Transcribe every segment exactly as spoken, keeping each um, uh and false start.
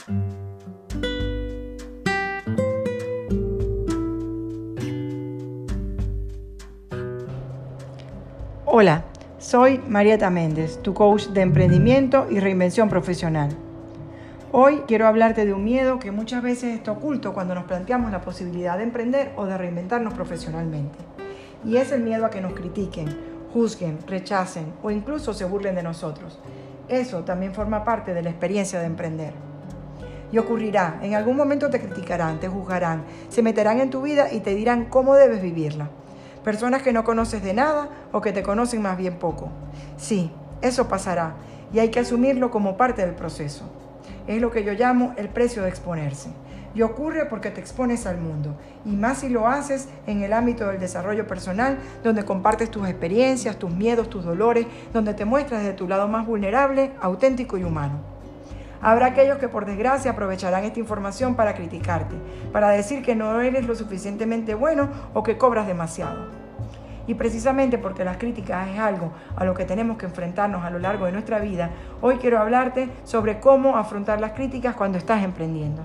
Hola, soy Marieta Méndez, tu coach de emprendimiento y reinvención profesional. Hoy quiero hablarte de un miedo que muchas veces está oculto cuando nos planteamos la posibilidad de emprender o de reinventarnos profesionalmente. Y es el miedo a que nos critiquen, juzguen, rechacen o incluso se burlen de nosotros. Eso también forma parte de la experiencia de emprender. Y ocurrirá, en algún momento te criticarán, te juzgarán, se meterán en tu vida y te dirán cómo debes vivirla. Personas que no conoces de nada o que te conocen más bien poco. Sí, eso pasará y hay que asumirlo como parte del proceso. Es lo que yo llamo el precio de exponerse. Y ocurre porque te expones al mundo, y más si lo haces en el ámbito del desarrollo personal, donde compartes tus experiencias, tus miedos, tus dolores, donde te muestras de tu lado más vulnerable, auténtico y humano. Habrá aquellos que por desgracia aprovecharán esta información para criticarte, para decir que no eres lo suficientemente bueno o que cobras demasiado. Y precisamente porque las críticas es algo a lo que tenemos que enfrentarnos a lo largo de nuestra vida, hoy quiero hablarte sobre cómo afrontar las críticas cuando estás emprendiendo.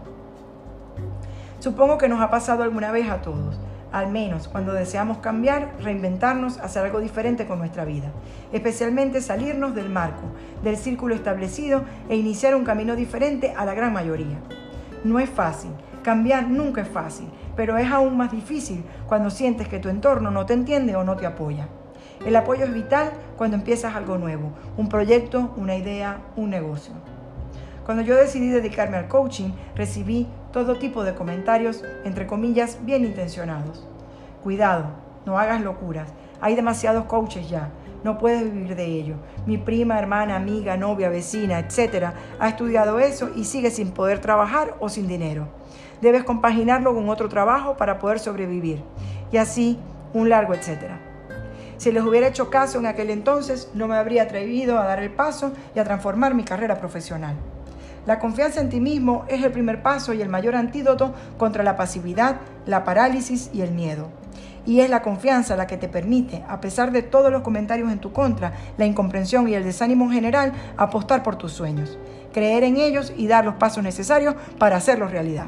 Supongo que nos ha pasado alguna vez a todos, al menos cuando deseamos cambiar, reinventarnos, hacer algo diferente con nuestra vida, especialmente salirnos del marco, del círculo establecido e iniciar un camino diferente a la gran mayoría. No es fácil, cambiar nunca es fácil, pero es aún más difícil cuando sientes que tu entorno no te entiende o no te apoya. El apoyo es vital cuando empiezas algo nuevo, un proyecto, una idea, un negocio. Cuando yo decidí dedicarme al coaching, recibí todo tipo de comentarios, entre comillas, bien intencionados. Cuidado, no hagas locuras, hay demasiados coaches ya, no puedes vivir de ello. Mi prima, hermana, amiga, novia, vecina, etcétera, ha estudiado eso y sigue sin poder trabajar o sin dinero. Debes compaginarlo con otro trabajo para poder sobrevivir. Y así, un largo etcétera. Si les hubiera hecho caso en aquel entonces, no me habría atrevido a dar el paso y a transformar mi carrera profesional. La confianza en ti mismo es el primer paso y el mayor antídoto contra la pasividad, la parálisis y el miedo. Y es la confianza la que te permite, a pesar de todos los comentarios en tu contra, la incomprensión y el desánimo en general, apostar por tus sueños, creer en ellos y dar los pasos necesarios para hacerlos realidad.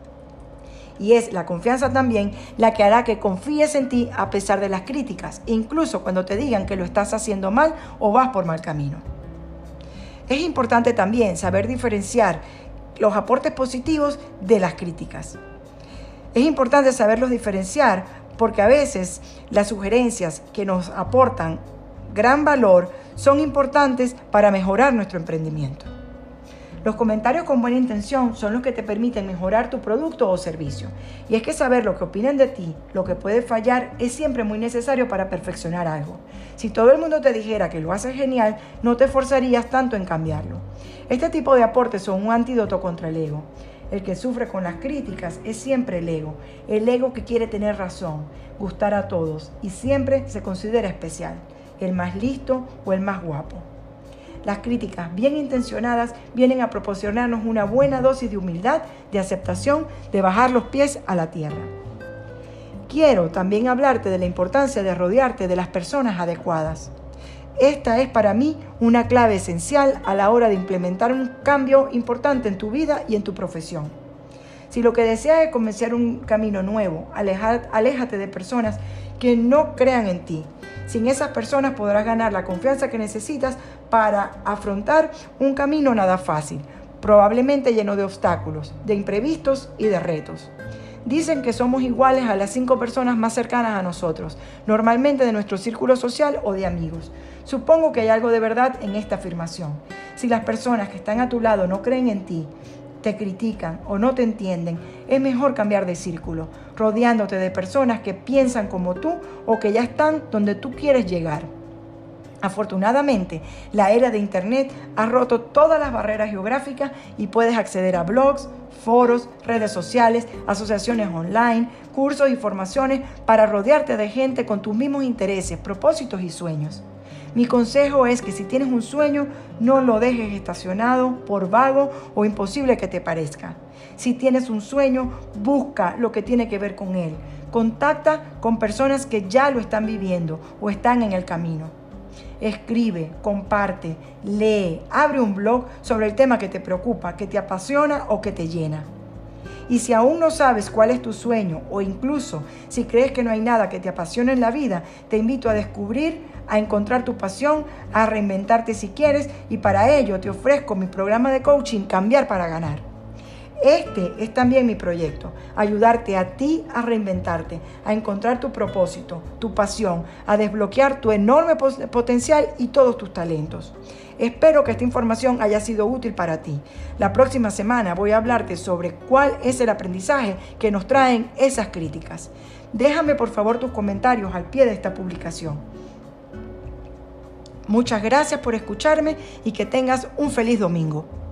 Y es la confianza también la que hará que confíes en ti a pesar de las críticas, incluso cuando te digan que lo estás haciendo mal o vas por mal camino. Es importante también saber diferenciar los aportes positivos de las críticas. Es importante saberlos diferenciar porque a veces las sugerencias que nos aportan gran valor son importantes para mejorar nuestro emprendimiento. Los comentarios con buena intención son los que te permiten mejorar tu producto o servicio. Y es que saber lo que opinan de ti, lo que puede fallar, es siempre muy necesario para perfeccionar algo. Si todo el mundo te dijera que lo haces genial, no te esforzarías tanto en cambiarlo. Este tipo de aportes son un antídoto contra el ego. El que sufre con las críticas es siempre el ego, el ego que quiere tener razón, gustar a todos y siempre se considera especial, el más listo o el más guapo. Las críticas bien intencionadas vienen a proporcionarnos una buena dosis de humildad, de aceptación, de bajar los pies a la tierra. Quiero también hablarte de la importancia de rodearte de las personas adecuadas. Esta es para mí una clave esencial a la hora de implementar un cambio importante en tu vida y en tu profesión. Si lo que deseas es comenzar un camino nuevo, alejar, aléjate de personas que no crean en ti. Sin esas personas podrás ganar la confianza que necesitas para afrontar un camino nada fácil, probablemente lleno de obstáculos, de imprevistos y de retos. Dicen que somos iguales a las cinco personas más cercanas a nosotros, normalmente de nuestro círculo social o de amigos. Supongo que hay algo de verdad en esta afirmación. Si las personas que están a tu lado no creen en ti, te critican o no te entienden, es mejor cambiar de círculo, rodeándote de personas que piensan como tú o que ya están donde tú quieres llegar. Afortunadamente, la era de Internet ha roto todas las barreras geográficas y puedes acceder a blogs, foros, redes sociales, asociaciones online, cursos y formaciones para rodearte de gente con tus mismos intereses, propósitos y sueños. Mi consejo es que si tienes un sueño, no lo dejes estacionado por vago o imposible que te parezca. Si tienes un sueño, busca lo que tiene que ver con él. Contacta con personas que ya lo están viviendo o están en el camino. Escribe, comparte, lee, abre un blog sobre el tema que te preocupa, que te apasiona o que te llena. Y si aún no sabes cuál es tu sueño o incluso si crees que no hay nada que te apasione en la vida, te invito a descubrir, a encontrar tu pasión, a reinventarte si quieres, y para ello te ofrezco mi programa de coaching Cambiar para Ganar. Este es también mi proyecto, ayudarte a ti a reinventarte, a encontrar tu propósito, tu pasión, a desbloquear tu enorme potencial y todos tus talentos. Espero que esta información haya sido útil para ti. La próxima semana voy a hablarte sobre cuál es el aprendizaje que nos traen esas críticas. Déjame por favor tus comentarios al pie de esta publicación. Muchas gracias por escucharme y que tengas un feliz domingo.